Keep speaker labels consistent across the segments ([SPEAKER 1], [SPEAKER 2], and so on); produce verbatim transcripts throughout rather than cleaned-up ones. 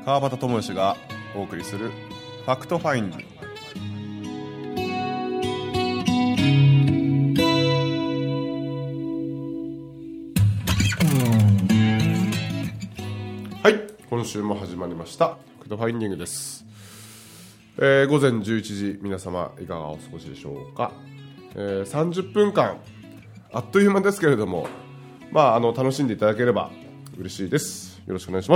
[SPEAKER 1] 川端智義がお送りするファクトファインディング。はい、今週も始まりましたファクトファインディングです。えー、午前じゅういちじ、皆様いかがお過ごしでしょうか。えー、さんじゅっぷんかんあっという間ですけれども、まあ、あの楽しんでいただければ嬉しいです。よろしくお願いします。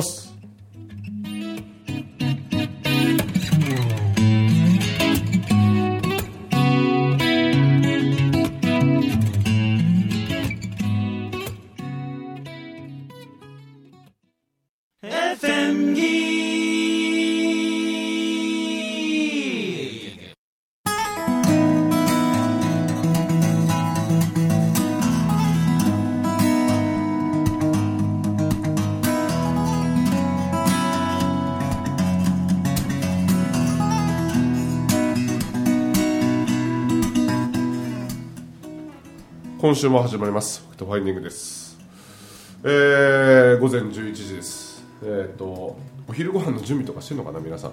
[SPEAKER 1] 今週も始まりますファクトファインディングです。えー、午前じゅういちじです。えーとお昼ご飯の準備とかしてるのかな皆さん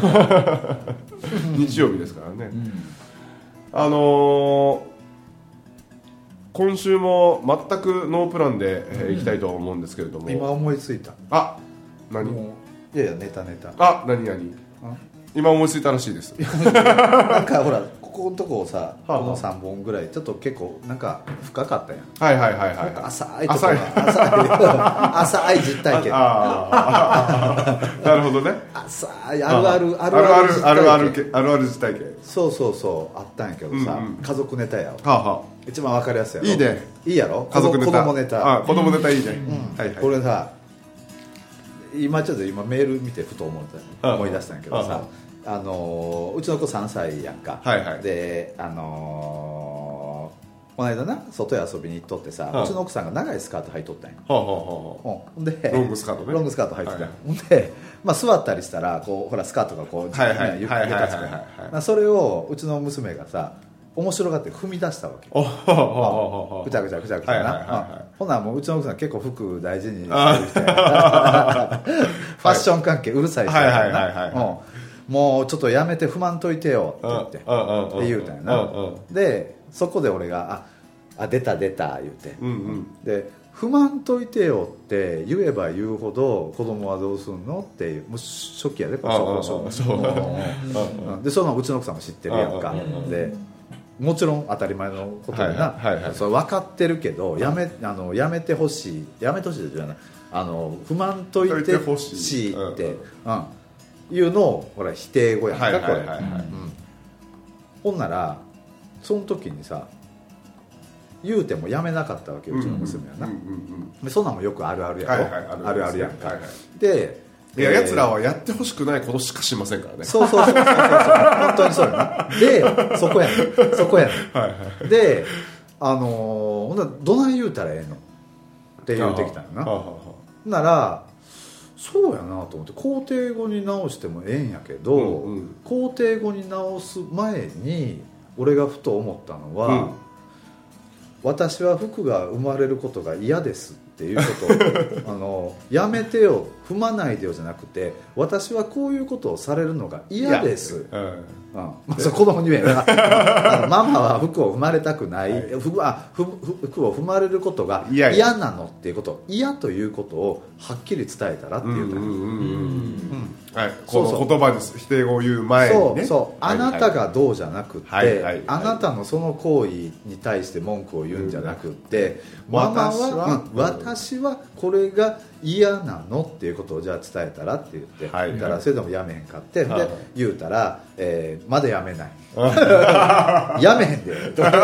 [SPEAKER 1] 日曜日ですからね、うん、あのー、今週も全くノープランで、えー、行きたいと思うんですけれども、
[SPEAKER 2] 今思いついた。
[SPEAKER 1] あ、何？
[SPEAKER 2] もういやいやネタネタ。
[SPEAKER 1] あ、何何？今思いついたらしいです
[SPEAKER 2] なんかほらここのとこをさ、
[SPEAKER 1] はあはあ、
[SPEAKER 2] このさんぼんぐらいちょっと結構なんか深かったやん。
[SPEAKER 1] はいはいはいはい、
[SPEAKER 2] なんか浅いところ浅い浅い実体験。
[SPEAKER 1] ああなるほどね。
[SPEAKER 2] 浅いあるある
[SPEAKER 1] あるあるあるあるあるある実体験。
[SPEAKER 2] そうそうそうあったんやけどさ、うんうん、家族ネタやわ、
[SPEAKER 1] はあはあ、
[SPEAKER 2] 一番わかりやすいやろ。
[SPEAKER 1] いいね。
[SPEAKER 2] いいやろ。
[SPEAKER 1] 家族ネタ、
[SPEAKER 2] 子供ネタ。
[SPEAKER 1] あ、子供ネタいいね、
[SPEAKER 2] うん、
[SPEAKER 1] はいはい。
[SPEAKER 2] これさ今ちょっと今メール見てふと思った思い出したんやけどさ、はあはあ、あのー、うちの子さんさいやんか、
[SPEAKER 1] はいはい、
[SPEAKER 2] で、あのー、この間な外へ遊びに行っとってさ、はあ、うちの奥さんが長いスカート履いとったんや、はあはあはあ、で
[SPEAKER 1] ロングスカートね、
[SPEAKER 2] ロングスカート履いてたんや、はいはい、で、まあ、座ったりしたらこうほらスカートがこうゆったつく、それをうちの娘がさ面白がって踏み出したわけ。ぐちゃぐちゃぐちゃぐちゃな。ほなもううちの奥さん結構服大事にしてる人やファッション関係うるさい人やな。もうちょっとやめて不満といてよって言ってって言うたんやな。でそこで俺がああ出た出た言うて、うんうん、で不満といてよって言えば言うほど子供はどうすんのっていう、もう初期やでこそそうでそのうちの奥さんも知ってるやんか。でもちろん当たり前のことでな、はいはいはい、それ分かってるけどやめ、あのやめてほしいやめてほしいじゃない、あの不満といてほしいって、うんうん、いうのをほら否定語やんか、はいはいはいはい、これ、うん、ほんならその時にさ言うてもやめなかったわけ、うちの娘はな、うんうんうんうん、そんなんもよくあるあるやろ、はいはい、あるあるやんか、はいはい、で
[SPEAKER 1] いや、奴らはやってほしくないことしかしませんからね。
[SPEAKER 2] そうそうそうそうそう本当にそうやな。でそこやねんそこやねん、はいはい、であのー、ほんならどない言うたらええのって言うてきたんやな。ほんならそうやなと思って肯定語に直してもええんやけど、うんうん、肯定語に直す前に俺がふと思ったのは、うん、私は服が生まれることが嫌ですっていうことをあのやめてよ踏まないでよじゃなくて、私はこういうことをされるのが嫌です、うんうんまあ、そ子供に言えばあのママは服を踏まれたくない、はい、服, あ服を踏まれることが嫌なのっていうこと嫌ということをはっきり伝えたらっていう
[SPEAKER 1] か、この言葉です。否定語を言う前にね、
[SPEAKER 2] そうそう、あなたがどうじゃなくって、はいはいはい、あなたのその行為に対して文句を言うんじゃなくって、うん、ママは私は、うん、私はこれが嫌なのっていうことをじゃあ伝えたらって言って、はいはい、言ったらそれでもやめへんかって、はい、で言うたら、えー、まだやめないやめへんで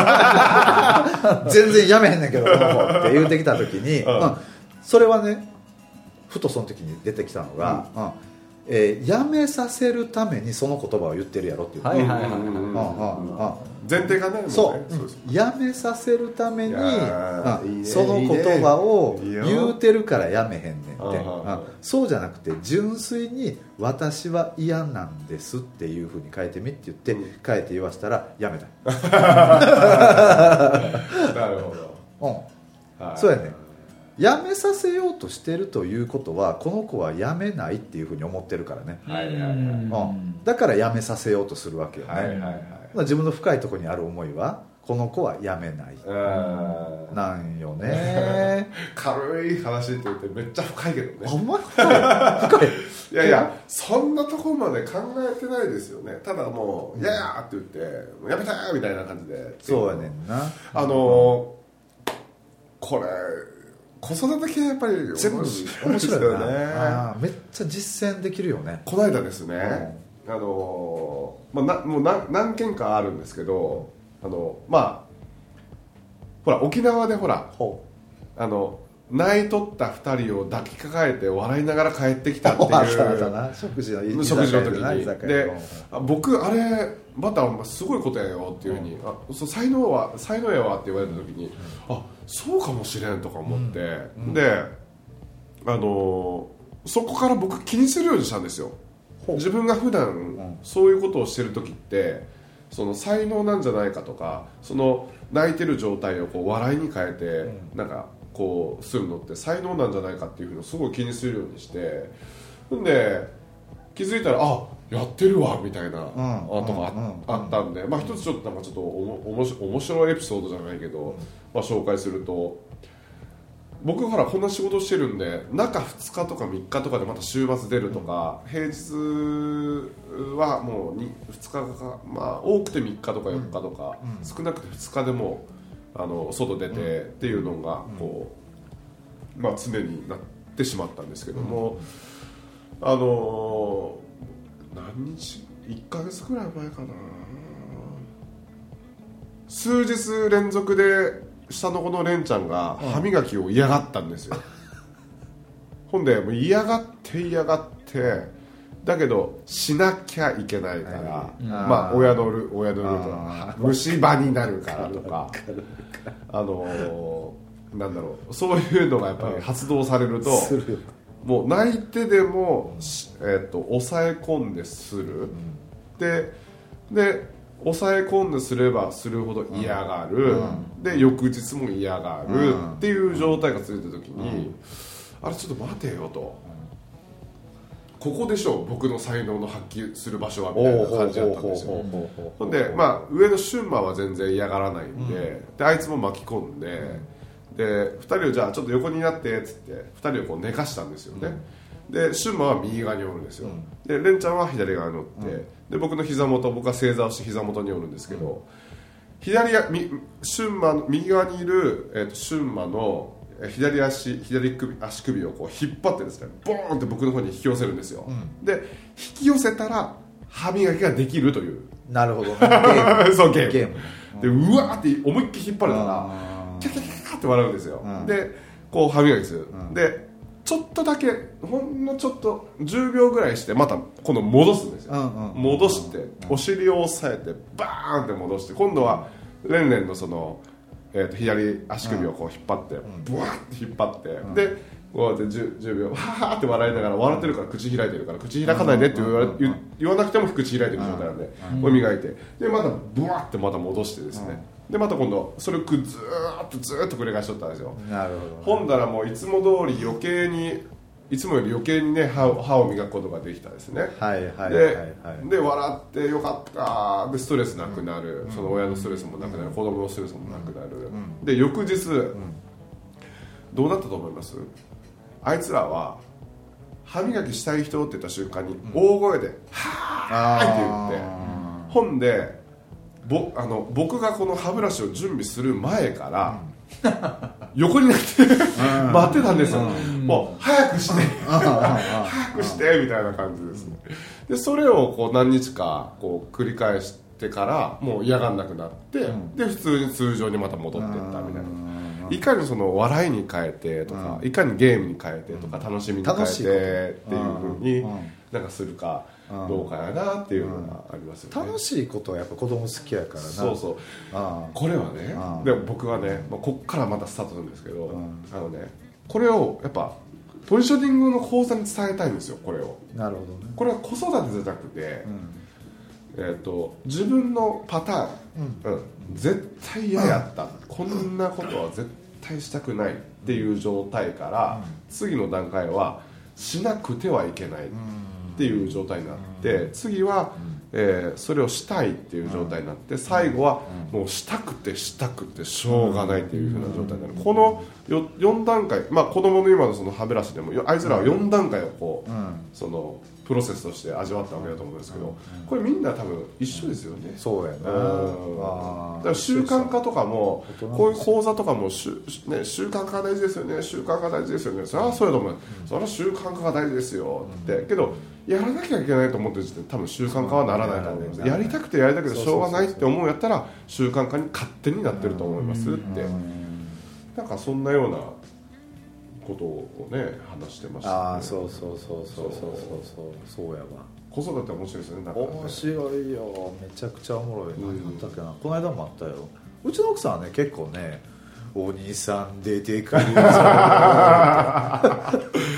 [SPEAKER 2] 全然やめへんねんけどって言うてきた時に、うんうん、それはねふとその時に出てきたのが、うんうんえー、やめさせるためにその言葉を言ってるやろっていう、はいはいはいはい
[SPEAKER 1] 前提がね、
[SPEAKER 2] そう、そうそうやめさせるために、うん、その言葉を言うてるからやめへんねんって、うん、そうじゃなくて純粋に私は嫌なんですっていう風に変えてみって言って、うん、変えて言わせたらやめた
[SPEAKER 1] なるほど、
[SPEAKER 2] うん、そうやねんやめさせようとしてるということはこの子はやめないっていうふうに思ってるからね、
[SPEAKER 1] はいはいはい、うん、
[SPEAKER 2] だからやめさせようとするわけよね、
[SPEAKER 1] はいはいはい、
[SPEAKER 2] 自分の深いところにある思いはこの子はやめないなんよね
[SPEAKER 1] 軽い話って言ってめっちゃ深いけどね。
[SPEAKER 2] ほんま深い深い
[SPEAKER 1] いやいやそんなところまで考えてないですよね。ただもう「いやいや」って言って「やめた!」みたいな感じで。
[SPEAKER 2] そうやねんな。
[SPEAKER 1] あのー、これ子育て系やっぱり面白いですよね。
[SPEAKER 2] あめっちゃ実践できるよね。
[SPEAKER 1] この間ですね、うん、あのー、まあ、なもう何何件かあるんですけど、あのまあほら沖縄でほらあの泣いとったふたりを抱きかかえて笑いながら帰ってきたっていう
[SPEAKER 2] 食事の
[SPEAKER 1] 食事の時にで僕あれまたすごいことやよっていうふうに、うん、あそう才能は才能やわって言われた時に、うん、あそうかもしれんとか思って、うん、であのそこから僕気にするようにしたんですよ。自分が普段そういうことをしてる時ってその才能なんじゃないかとかその泣いてる状態をこう笑いに変えて、うん、なんかこうするのって才能なんじゃないかっていうふうにすごい気にするようにしてんで気づいたらあやってるわみたいな、うん、とか あ,、うん、あったんで、まあ、一つちょっとなんかちょっとおも面白いエピソードじゃないけど、うんまあ、紹介すると僕ほらこんな仕事してるんで中ふつかとかみっかとかでまた週末出るとか、うん、平日はもうふつかか、まあ、多くてみっかとかよっかとか、うん、少なくてふつかでもあの外出てっていうのがこう、まあ、常になってしまったんですけども、うん、あの何日いっかげつくらい前かな数日連続で下の子のレンちゃんが歯磨きを嫌がったんですよ、うん、ほんでもう嫌がって嫌がってだけどしなきゃいけないから、はい、まあ親のル親のルールは虫歯になるからとかあのー、なんだろうそういうのがやっぱり発動されるともう泣いてでも、えー、と抑え込んでする、うん、でで抑え込んですればするほど嫌がる、うん、で翌日も嫌がる、うん、っていう状態が続いた時に、うん、あれちょっと待てよと、ここでしょ僕の才能の発揮する場所はみたいな感じだったんですよ。ほんで、まあ、上のシュンマは全然嫌がらないんで、うん、であいつも巻き込んで、でふたりをじゃあちょっと横になってっつってふたりをこう寝かしたんですよね、うん、でシュンマは右側におるんですよ、うん、でレンちゃんは左側におって、うん、で僕の膝元僕は正座をして膝元におるんですけど、うん、左がみシュンマの右側にいる、えー、とシュンマの左足左首足首をこう引っ張ってですねボーンって僕の方に引き寄せるんですよ、うん、で引き寄せたら歯磨きができるという。
[SPEAKER 2] なるほど、ね、ゲーム
[SPEAKER 1] そうゲーム、
[SPEAKER 2] ゲーム
[SPEAKER 1] でうわーって思いっきり引っ張るからキャキャキャキャって笑うんですよ、うん、でこう歯磨きする、うん、でちょっとだけほんのちょっとじゅうびょうぐらいしてまた今度戻すんですよ、うんうん、戻してお尻を押さえてバーンって戻して今度はレンレンのその、えー、と左足首をこう引っ張って、うん、ブワーって引っ張って、うん、でこうやって 10, じゅうびょうわーって笑いながら笑ってるから口開いてるから口開かないでって言われ、うん、言わなくても口開いてる状態なんで、うん、これ磨いてでまたブワーってまた戻してですね、うん、でまた今度それをずーっとずーっと繰り返しとったんですよ。
[SPEAKER 2] なるほど、ね、
[SPEAKER 1] ほんだらもういつも通り余計にいつもより余計にね 歯, 歯を磨くことができたですね。
[SPEAKER 2] はいはいはい、
[SPEAKER 1] で、はい、で笑ってよかったでストレスなくなる、うん、その親のストレスもなくなる、うん、子供のストレスもなくなる、うん、で翌日、うん、どうなったと思います？あいつらは歯磨きしたい人って言った瞬間に大声で、うん、はーいって言ってほんでぼあの僕がこの歯ブラシを準備する前から、うん、横になって待ってたんですよ、うん、もう早くして早くしてみたいな感じですね。でそれをこう何日かこう繰り返してからもう嫌がんなくなって、うん、で普通に通常にまた戻っていったみたいな。いかにその笑いに変えてとか、うん、いかにゲームに変えてとか、うん、楽しみに変えてっていう風になんかするかどうかやなっていうのがありますよね。
[SPEAKER 2] 楽しいことはやっぱ子供好きやからな。
[SPEAKER 1] そうそう、これはねでも僕はね、まあ、こっからまたスタートするんですけど、あのねこれをやっぱポジショニングの講座に伝えたいんですよ。これを
[SPEAKER 2] なるほど、ね、
[SPEAKER 1] これは子育てじゃなくて、うんえー、と自分のパターン、うんうん、絶対嫌やった、うん、こんなことは絶対したくないっていう状態から、うん、次の段階はしなくてはいけないっていう状態になって、うん、次は、うんえー、それをしたいっていう状態になって、最後はもうしたくてしたくてしょうがないっていう風な状態になる。この よ, よん段階、まあ、子供の今のその歯ブラシでもあいつらはよん段階をこう、うん、そのプロセスとして味わったわけだと思うんですけど、これみんな多分一緒ですよね。
[SPEAKER 2] そうやな、
[SPEAKER 1] だから習慣化とかもこういう講座とかもしゅ、ね、習慣化が大事ですよね、習慣化大事ですよね、それはそうやと思う、うん、それは習慣化が大事ですよって、うん、けどやらなきゃいけないと思ってる時点で多分習慣化はならないと思うんです。やりたくてやりたくてしょうがないって思うやったら習慣化に勝手になってると思いますって、なんかそんなようなことをね話してました、ね、
[SPEAKER 2] ああそうそうそうそうそうそうそうそうやわ。
[SPEAKER 1] 子育ては面白いですよね。なんかね
[SPEAKER 2] 面白いよ、めちゃくちゃおもろいな。何だったっけな、この間もあったよ。うちの奥さんはね結構ね、お兄さん出てくるぞうわ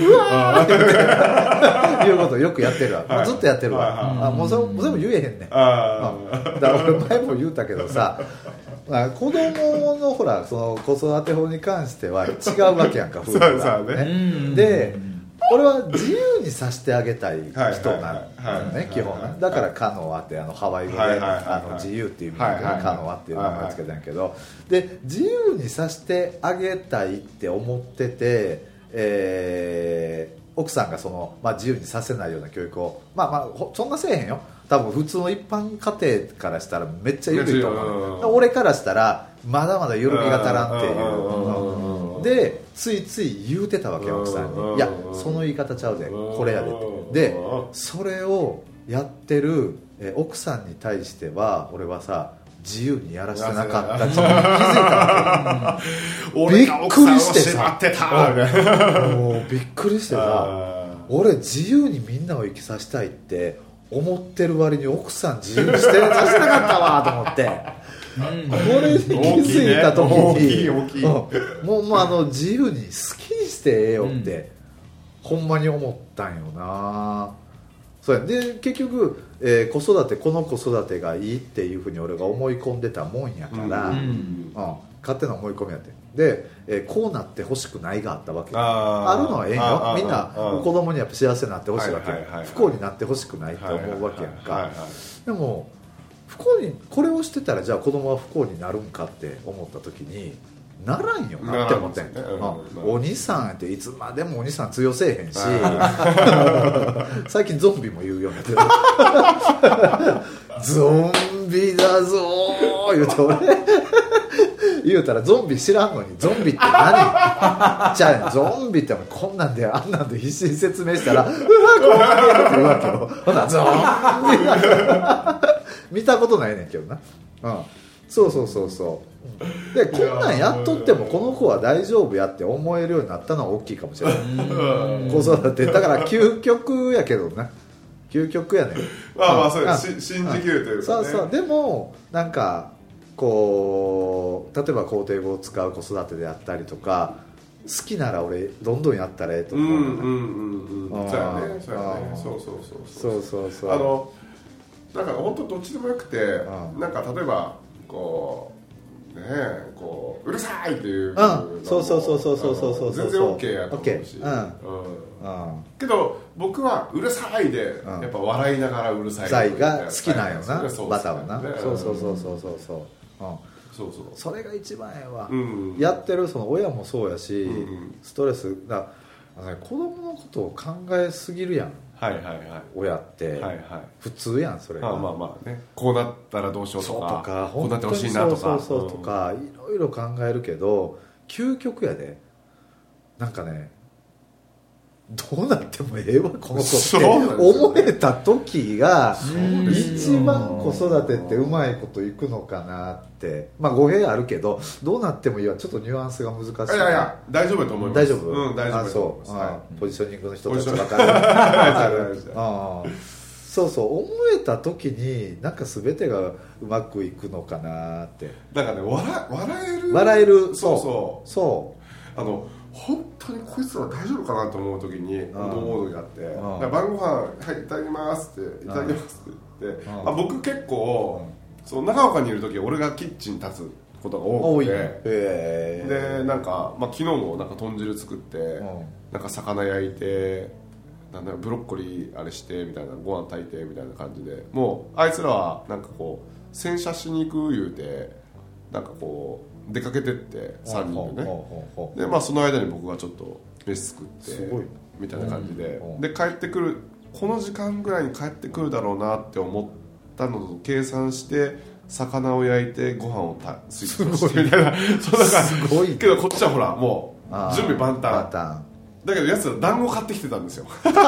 [SPEAKER 2] ーっていうことよくやってるわ、はい、ずっとやってるわ、はい、あもうそれも全部言えへんねん。あ、だから俺前も言うたけどさ子供のほらその子育て法に関しては違うわけやんか夫婦が、ねね、で俺は自由にさせてあげたい人なんだよね基本。だからカノアってあのハワイ語であの自由っていう意味でカノアっていう名前つけたんやけど、で自由にさせてあげたいって思ってて、えー、奥さんがその、まあ、自由にさせないような教育をまあまあそんなせえへんよ。多分普通の一般家庭からしたらめっちゃ緩いと思う、ね、俺からしたらまだまだ緩みが足らんっていうでついつい言うてたわけ奥さんに。いやその言い方ちゃうでこれやでってでそれをやってるえ奥さんに対しては俺はさ自由にやらせてなかったって気づいたわけびっくりしてさもうびっくりしてさ俺自由にみんなを生きさせたいって思ってる割に奥さん自由にしてさせなかったわと思ってこれに気づいた時にもう、もうあの自由に好きにしてええよって、うん、ほんまに思ったんよな。そうやで結局、えー、子育てこの子育てがいいっていうふうに俺が思い込んでたもんやから、うんうん、勝手な思い込みやってで、えー、こうなってほしくないがあったわけ。 あ, あるのはええよ。みんな子供にやっぱ幸せになってほしいわけ、はいはいはいはい、不幸になってほしくないって思うわけやんか、はいはいはいはい、でも不幸にこれをしてたらじゃあ子供は不幸になるんかって思った時にならんよなって思ってん、ねうん、お兄さんっていつまでもお兄さん通用せえへんし最近ゾンビも言うようになってるゾンビだぞー言うて俺言うたらゾンビ知らんのにゾンビって何じゃあゾンビってこんなんであんなんで必死に説明したらうわ怖いって言うわけよ。ほなゾンビだ見たことないねんけどな、うん、そうそうそうそうでこんなんやっとってもこの子は大丈夫やって思えるようになったのは大きいかもしれない子育てだから究極やけどな究極やねん
[SPEAKER 1] まあまあそうです信じきるというかね。
[SPEAKER 2] そうそうでもなんかこう例えば肯定語を使う子育てであったりとか好きなら俺どんどんやったらええと思う。うんうんうんうんそうやねそうやねそうそうそうそうそうそうあの
[SPEAKER 1] だから本当どっちでもよくて、うん、なんか例えばこうねえこううるさいっていうのも、
[SPEAKER 2] うん、そうそうそうそうそうそうそう
[SPEAKER 1] 全然 OK やと思うし、
[SPEAKER 2] うんうんうん、
[SPEAKER 1] けど僕はうるさいでやっぱ笑いながらうるさい
[SPEAKER 2] が好きなんよな、バタはな、そうそうそうそうそうそう、うん
[SPEAKER 1] そうそう
[SPEAKER 2] それが一番ええわ、
[SPEAKER 1] うんうん、
[SPEAKER 2] やってるその親もそうやし、
[SPEAKER 1] うんうん、
[SPEAKER 2] ストレスだ子供のことを考えすぎるやん、
[SPEAKER 1] はいはいはい、
[SPEAKER 2] 親って、はいはい、普通やんそれが、
[SPEAKER 1] まあまあまあね、こうなったらどうしようとか、
[SPEAKER 2] そうとか
[SPEAKER 1] こうなってほしいなとか
[SPEAKER 2] そうそうそうとか、うん、いろいろ考えるけど究極やでなんかねどうなってもええわこの子って思えた時が一番子育てってうまいこといくのかなって。まあ語弊あるけどどうなってもいいわ。ちょっとニュアンスが難しい。い
[SPEAKER 1] やいや大丈夫だと思います。
[SPEAKER 2] 大丈夫、
[SPEAKER 1] うん、大丈夫だと思います。
[SPEAKER 2] あ、そう、
[SPEAKER 1] はい、
[SPEAKER 2] ポジショニングの人たち分かるあそうそう思えた時になんか全てがうまくいくのかなって。
[SPEAKER 1] だからね 笑, 笑える
[SPEAKER 2] 笑える
[SPEAKER 1] そうそう
[SPEAKER 2] そう
[SPEAKER 1] あの本当にこいつは大丈夫かなと思う時に思う時があって、うん、晩ご飯はいいただきますっていただきますって言って、うん、あ僕結構、うん、その長岡にいる時俺がキッチンに立つことが多くて、
[SPEAKER 2] へ
[SPEAKER 1] でなんか、まあ、昨日もなんか豚汁作って、うん、なんか魚焼いてなんだろうブロッコリーあれしてみたいなご飯炊いてみたいな感じでもうあいつらはなんかこう洗車しに行く言うてなんかこう出かけてってさんにんでねで、まあ、その間に僕がちょっと飯作ってみたいな感じで、で帰ってくるこの時間ぐらいに帰ってくるだろうなって思ったのと計算して魚を焼いてご飯をたスイーツしてみたいなそうだからすごいけどこっちはほらもう準備万端だけどやつら団子買ってきてたんですよ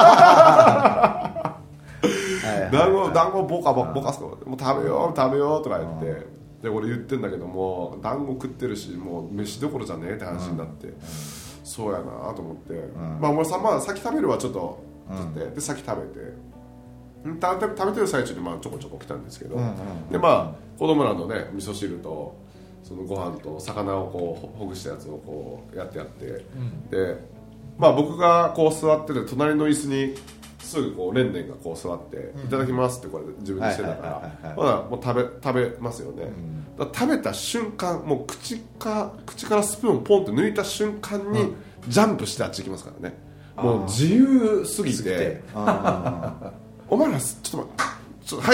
[SPEAKER 1] 団子団子ボカボカボカすかもう食べよう食べようとか言ってで俺言ってんだけども団子食ってるしもう飯どころじゃねえって話になって、うん、そうやなと思って、うん、まあ俺さ、まあ、先食べるはちょっとって、うん、で先食べてた食べてる最中にまあちょこちょこ来たんですけど、うんうんうん、でまあ子供らのね味噌汁とそのご飯と魚をこうほぐしたやつをこうやってやって、うん、でまあ僕がこう座ってる隣の椅子にすぐこうレンレンがこう座って「いただきます」ってこれ自分でしてたからほらもう食べ食べますよね、うん、だ食べた瞬間もう口か口からスプーンをポンって抜いた瞬間にジャンプしてあっち行きますからね、うん、もう自由すぎてお前らちょっと待ってちょっとはい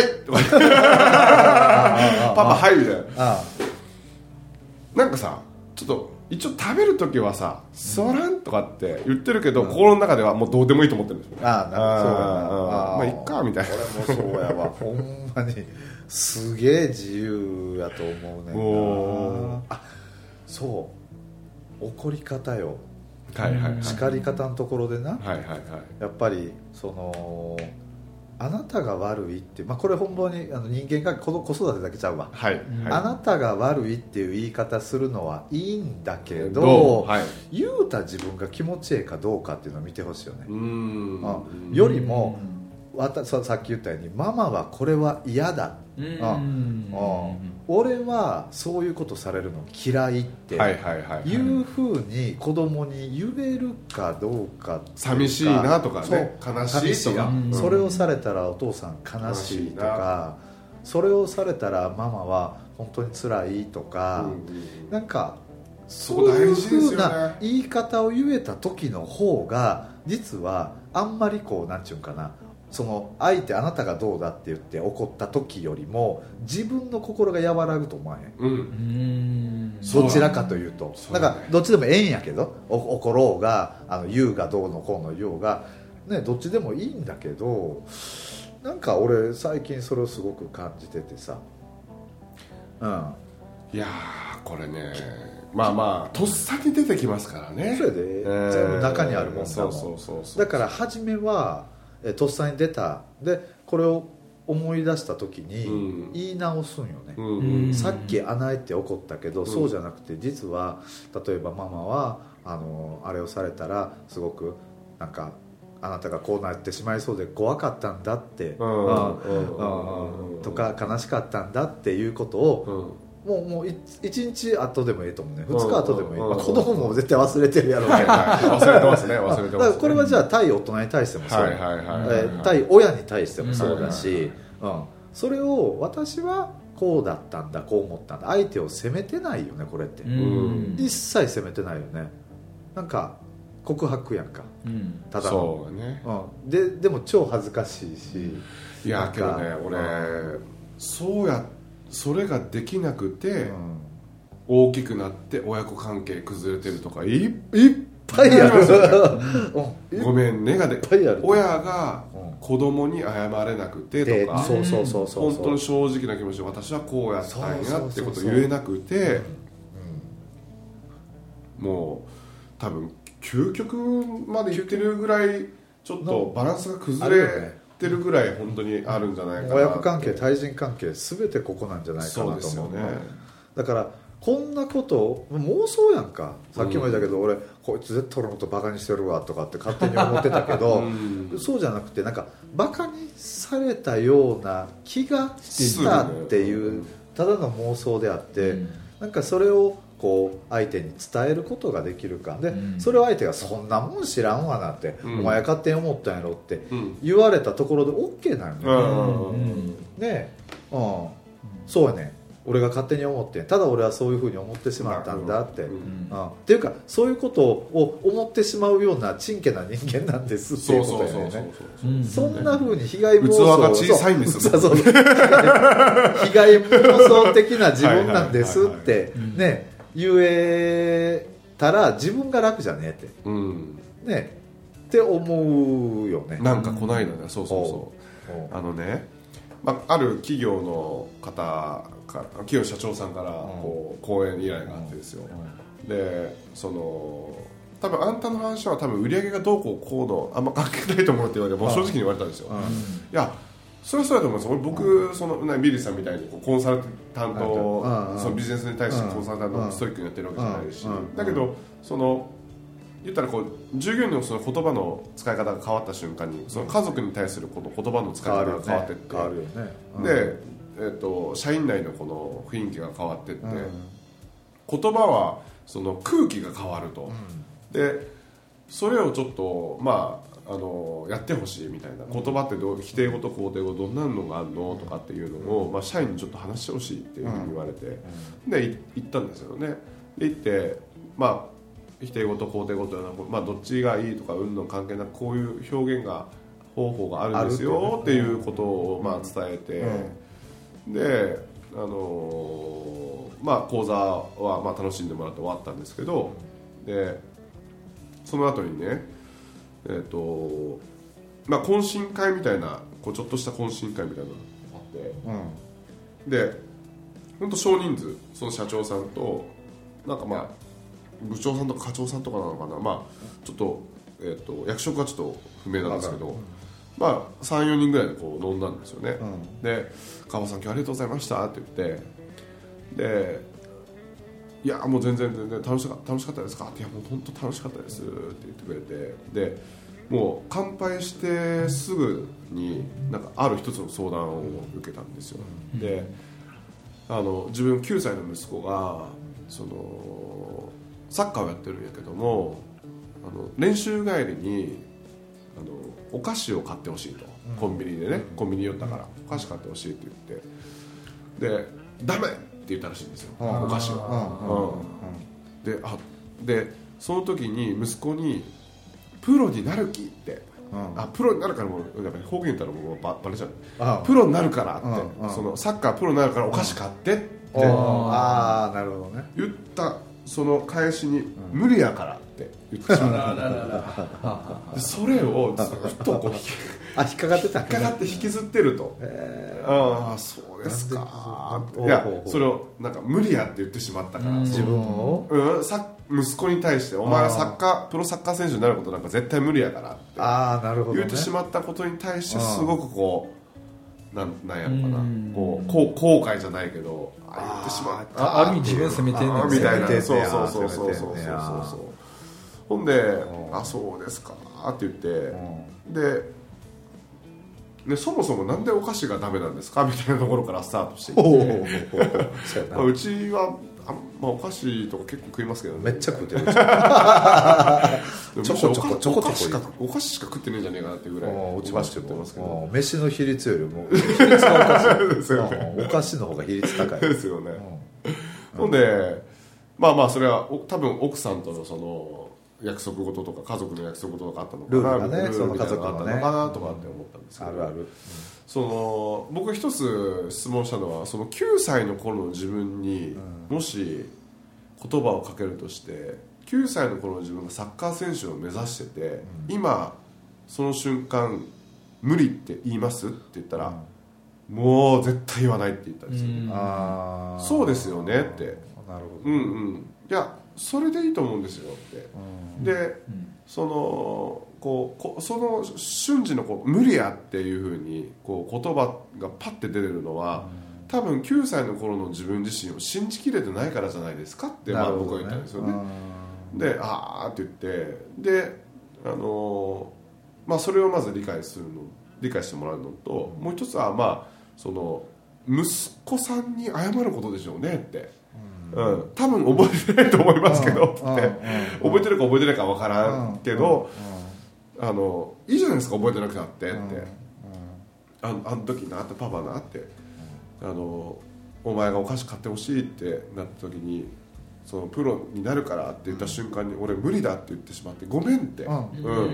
[SPEAKER 1] パパはいみたいななんかさちょっと一応食べるときはさ座らんとかって言ってるけど、うん、心の中ではもうどうでもいいと思ってるんですよ。ああなるほどそうやなあまあいっかみたいな
[SPEAKER 2] 俺もそうやわほんまにすげえ自由やと思うねんなあそう怒り方よはいはいはい、叱り方のところでな、はいはいはい、やっぱりそのあなたが悪いって、まあ、これ本当にあの人間関係子育てだけちゃうわ、はいはい、あなたが悪いっていう言い方するのはいいんだけど、はい、言うた自分が気持ちいいかどうかっていうのを見てほしいよねうーんよりもわたさっき言ったようにママはこれは嫌だうんうん俺はそういうことされるの嫌いっていうふうに子供に言えるかどうか
[SPEAKER 1] 寂しいなとかね悲しいとか、
[SPEAKER 2] うん、それをされたらお父さん悲しいとかそれをされたらママは本当に辛いとか、うん、なんかそういうふうな言い方を言えた時の方が実はあんまりこうなんちゅうんかなその相手あなたがどうだって言って怒った時よりも自分の心が和らぐと思わへん、うん、どちらかというとだからどっちでもええんやけど怒ろうがあの言うがどうのこうの言おうが、ね、どっちでもいいんだけどなんか俺最近それをすごく感じててさ、
[SPEAKER 1] うん、いやーこれねまあまあとっさに出てきますからね
[SPEAKER 2] それで、えー、全部中にあるもんだもんそうそうそうそうだから初めはとっさに出たでこれを思い出した時に言い直すんよね、うん、さっき穴開いて怒ったけど、うん、そうじゃなくて実は例えばママはあのあれをされたらすごくなんかあなたがこうなってしまいそうで怖かったんだってとか悲しかったんだっていうことを、うんもうもういちにち後でもいいと思うねふつか後でもいい、まあ、子供も絶対忘れてるやろうけど
[SPEAKER 1] 忘れてますね忘れてます、ね、
[SPEAKER 2] だからこれはじゃあ対大人に対してもそう、はいはいはいはい、対親に対してもそうだし、うん、それを私はこうだったんだこう思ったんだ相手を責めてないよねこれって、うん、一切責めてないよねなんか告白やんか、うん、ただのそうね、うん、で, でも超恥ずかしいし
[SPEAKER 1] いやけどね俺、うん、そうやってそれができなくて、うん、大きくなって親子関係崩れてるとかいっぱいあるごめんねがで親が子供に謝れなくてとか本当に正直な気持ちで私はこうやったんやってことを言えなくてもう多分究極まで言ってるぐらいちょっとバランスが崩れてるぐらい本当にあるんじゃないかな
[SPEAKER 2] 親子関係対人関係全てここなんじゃないかなと思うねだからこんなこと妄想やんかさっきも言ったけど、うん、俺こいつ絶対俺のことバカにしてるわとかって勝手に思ってたけど、うん、そうじゃなくてなんかバカにされたような気がしたっていうただの妄想であって、うん、なんかそれをこう相手に伝えることができるかで、うん、それを相手がそんなもん知らんわなって、うん、お前勝手に思ったんやろって言われたところで OK なのよね、うん、ねえ、うん、そうやね俺が勝手に思ってただ俺はそういうふうに思ってしまったんだって、うんうん、っていうかそういうことを思ってしまうようなちんけな人間なんですっていうことやね。そんなふうに被害妄想
[SPEAKER 1] 器が小さいんですよ。
[SPEAKER 2] 被害妄想的な自分なんですってね言えたら自分が楽じゃねえって、うん、ねって思うよね。
[SPEAKER 1] なんかこないだね、そうそうそうあのね、まあ、ある企業の方か企業の社長さんからこう講演依頼があってですよ、でその多分あんたの話は多分売り上げがどうこうこうのあんま関係ないと思うって言われてもう正直に言われたんですよ。いやそれはそうだと思うんですよ。僕そのビリーさんみたいにこうコンサルタントそのビジネスに対してコンサルタントのストイックにやってるわけじゃないし、だけどその言ったらこう従業員のその言葉の使い方が変わった瞬間にその家族に対するこの言葉の使い方が変わっていって、
[SPEAKER 2] 変わるよね、変わるよね、うん、
[SPEAKER 1] で、えー、と社員内のこの雰囲気が変わっていって、うん、言葉はその空気が変わると、うん、でそれをちょっとまああのやってほしいみたいな、言葉ってどう否定語と肯定語どんなのがあるのとかっていうのを、まあ、社員にちょっと話してほしいっていうふうに言われて、で行ったんですよね。で行ってまあ否定語と肯定語というのは、まあ、どっちがいいとか運の関係なくこういう表現が方法があるんですよっていうことをまあ伝えて、うん、で、あのーまあ、講座はまあ楽しんでもらって終わったんですけど、でその後にね、えーとまあ、懇親会みたいなこうちょっとした懇親会みたいなのがあって、うん、で本当少人数その社長さんとなんかまあ部長さんとか課長さんとかなのかな、まあ、ちょっと、えーと、役職はちょっと不明なんですけど、うん、まあ、さん、よにんぐらいでこう飲んだんですよね、うん、で川端さん今日ありがとうございましたって言ってでいやもう全然全然楽しか楽しかったですかっていやもう本当楽しかったですって言ってくれてでもう乾杯してすぐになんかある一つの相談を受けたんですよ、うん、であの自分きゅうさいの息子がそのサッカーをやってるんやけどもあの練習帰りにあのお菓子を買ってほしいと、うん、コンビニでね、うん、コンビニ寄ったからお菓子買ってほしいって言ってでダメって言ったらしいんですよ、うん、お菓子は、うんうん、であでその時に息子にプロになる気って、うん、あプロになるからもうやっぱり方言言ったらもうバレちゃう、うん、プロになるからって、うん、そのサッカープロになるからお菓子買ってって、
[SPEAKER 2] うん、ああなるほどね
[SPEAKER 1] 言ったその返しに、うん、無理やからって言ってしまったそれをずっとこう
[SPEAKER 2] あ引っかかってた、
[SPEAKER 1] ね、引っかかって引きずってると、えー、ああそうですかいやそれをなんか無理やって言ってしまったから、うん、
[SPEAKER 2] 自分を、
[SPEAKER 1] うん、さ息子に対してお前はサッカープロサッカー選手になることなんか絶対無理やからって
[SPEAKER 2] あなるほど、ね、
[SPEAKER 1] 言ってしまったことに対してすごくこうなんなんやろかなこう後後悔じゃないけどあ言ってしまった
[SPEAKER 3] あある意味自分責めてんねん
[SPEAKER 1] みたいなそうそうそうそうそうそうそうほんであそうですかって言ってででそもそもなんでお菓子がダメなんですかみたいなところからスタートしていってまあうちはあ、まあ、お菓子とか結構食いますけどね
[SPEAKER 2] めっちゃ食ってる
[SPEAKER 1] ちょこちょこちょこちょこお菓子しか食ってねえんじゃねえかなっていうぐらいお菓子食ってますけど
[SPEAKER 2] 飯の比率よりも比率がお菓子お菓子の方が比率高い
[SPEAKER 1] ですよねほんでまあまあそれは多分奥さんとのその約束事とか家族の約束事とかあったのかな
[SPEAKER 2] ルールがねその家族
[SPEAKER 1] のねあったのかなとかって思ったんですけど、
[SPEAKER 2] うん、あるある、うん、
[SPEAKER 1] その僕一つ質問したのはそのきゅうさいの頃の自分にもし言葉をかけるとしてきゅうさいの頃の自分がサッカー選手を目指してて、うん、今その瞬間無理って言いますって言ったら、うん、もう絶対言わないって言ったんですよ、うん、あそうですよねって
[SPEAKER 2] なるほど、
[SPEAKER 1] うんうん、いやそれでいいと思うんですよって、うん、で、うん、そのこうこその瞬時のこう無理やっていう風にこう言葉がパッて出てるのは、うん、多分きゅうさいの頃の自分自身を信じきれてないからじゃないですかって、まあ、僕は言ったんですよね、うん、であーって言ってであのー、まあそれをまず理解するの理解してもらうのと、うん、もう一つはまあその息子さんに謝ることでしょうねってうん、多分覚えてないと思いますけどって、うん、覚えてるか覚えてないか分からんけど、うん、あのいいじゃないですか覚えてなくたってって、うん、あ, あの時なってパパなってあのお前がお菓子買ってほしいってなった時にそのプロになるからって言った瞬間に俺無理だって言ってしまってごめんって、うんうん、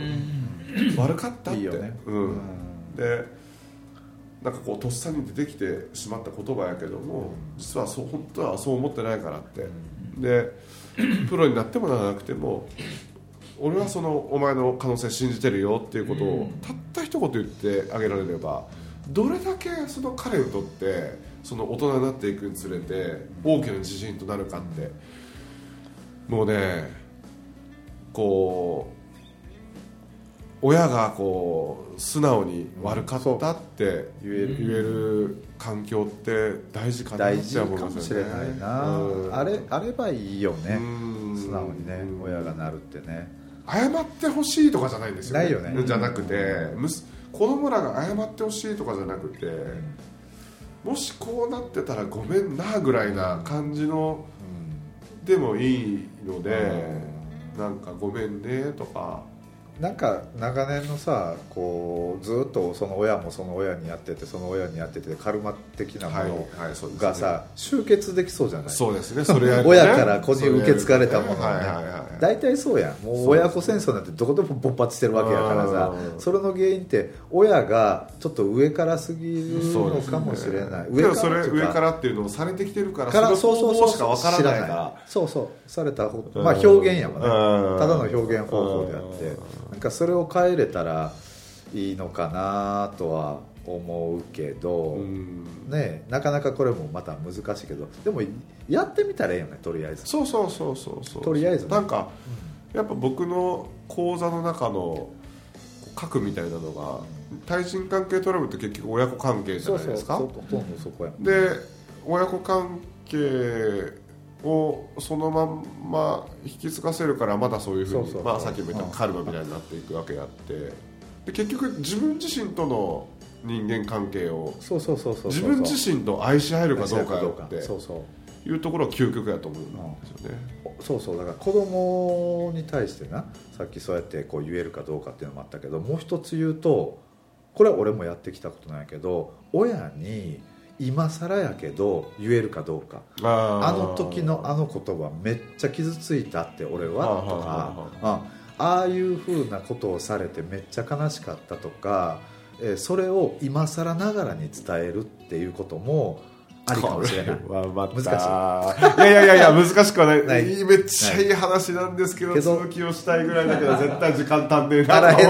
[SPEAKER 1] 悪かったっていいよね、うん、でなんかこうとっさに出てきてしまった言葉やけども実はそう本当はそう思ってないからってでプロになってもならなくても俺はそのお前の可能性信じてるよっていうことをたった一言言ってあげられればどれだけその彼にとってその大人になっていくにつれて大きな自信となるかってもうねこう親がこう素直に悪かったって言える、言える環境って大事かなって思いますよね。大事かもしれないな、うん、あれ、あればいいよね、素直にね親がなるってね。 謝ってほしいとかじゃないんですよね。
[SPEAKER 2] ないよね。
[SPEAKER 1] じゃなくて、うん、子供らが謝ってほしいとかじゃなくて、もしこうなってたらごめんなぐらいな感じの、うん、でもいいので、うん、なんかごめんねとか
[SPEAKER 2] なんか長年のさこうずっとその親もその親にやっててその親にやっててカルマ的なものがさ、はいはいね、集結できそうじゃない。
[SPEAKER 1] そうですね。それやるね
[SPEAKER 2] 親から子に受け継がれたものがね大体そうやん。もう親子戦争なんてどこでも勃発してるわけやからさそれの原因って親がちょっと上からすぎるのかもしれない。
[SPEAKER 1] ね、上からそれ上からっていうのをされてきてるから
[SPEAKER 2] から
[SPEAKER 1] その方法しかわからないから
[SPEAKER 2] そうそうされた方まあ表現やもんね。ただの表現方法であってなんかそれを変えれたらいいのかなとは思うけど、ね、なかなかこれもまた難しいけどでもやってみたらいいよねとりあえず。
[SPEAKER 1] そうそうそうそうそう
[SPEAKER 2] とりあえず、ね、
[SPEAKER 1] なんかやっぱ僕の講座の中の核みたいなのが対人関係トラブルって結局親子関係じゃないですか。
[SPEAKER 2] そうそうそうそこや。
[SPEAKER 1] で親子関係をそのまんま引き継がせるからまだそういうふうにまあさっきも言ったカルマみたいになっていくわけあってで結局自分自身との人間関係を自分自身と愛し合えるかどうかっていうところが究極やと思うんですよね。
[SPEAKER 2] そうそうだから子供に対してなさっきそうやってこう言えるかどうかっていうのもあったけどもう一つ言うとこれは俺もやってきたことないけど親に今更やけど言えるかどうか あ, あの時のあの言葉めっちゃ傷ついたって俺はとか あ, ああいう風なことをされてめっちゃ悲しかったとか、えー、それを今更ながらに伝えるっていうこともありかもしれない。
[SPEAKER 1] ま難しい。いやいやいやいや難しくはないないめっちゃいい話なんですけど続きをしたいぐらいだけど絶対時間足んねえな
[SPEAKER 2] 足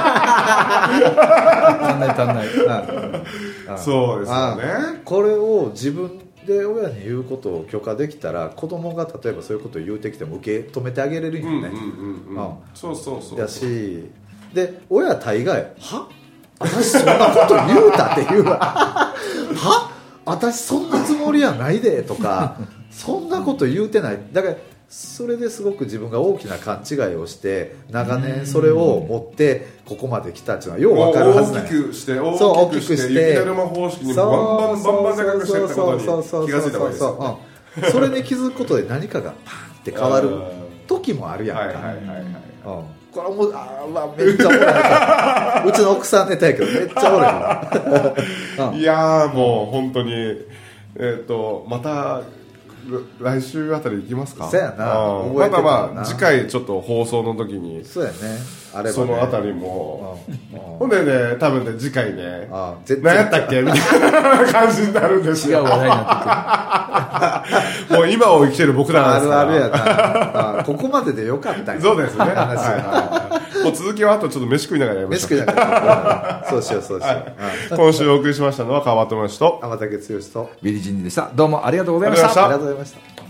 [SPEAKER 2] んない足んない
[SPEAKER 1] そうですよね。
[SPEAKER 2] これを自分で親に言うことを許可できたら子供が例えばそういうことを言うてきても受け止めてあげれるよね。
[SPEAKER 1] そうそうそう
[SPEAKER 2] だしで親大概は私そんなこと言うたって言うわは私そんなつもりはないでとかそんなこと言うてない。だからそれですごく自分が大きな勘違いをして長年それを持ってここまで来たっていうのはよう分かるはずない。
[SPEAKER 1] 大きくして大きくして雪だるま方式にバンバンバンバンでかくしていったことに気がついた方がいいですよね。
[SPEAKER 2] それに気づくことで何かがパーンって変わる時もあるやんか。これもうあ、まあ、めっちゃおもろいうちの奥さんネタやけどめっちゃおもろい、うん、
[SPEAKER 1] いやーもう本当にえっ、ー、とまた来週あたり行きますか。
[SPEAKER 2] そうやな。
[SPEAKER 1] またまあ次回ちょっと放送の時に
[SPEAKER 2] そうやねあればね
[SPEAKER 1] そのあたりもほんでね多分ね次回ね何やったっけみたいな感じになるんですよ。
[SPEAKER 3] 違う話題になってくるも
[SPEAKER 1] う今を生きてる僕らなんですから
[SPEAKER 2] あるあるやなここまででよかったんや。
[SPEAKER 1] そうですね、はいはい、もう続きはあとちょっと飯食いながらやりましょう。
[SPEAKER 2] 飯食いながらそうしようそうしよう、はい、
[SPEAKER 1] 今週お送りしましたのは川端町と
[SPEAKER 2] 天竹剛と
[SPEAKER 3] ビリジンでした。どうもありがとうございました。
[SPEAKER 2] ありがとうございました。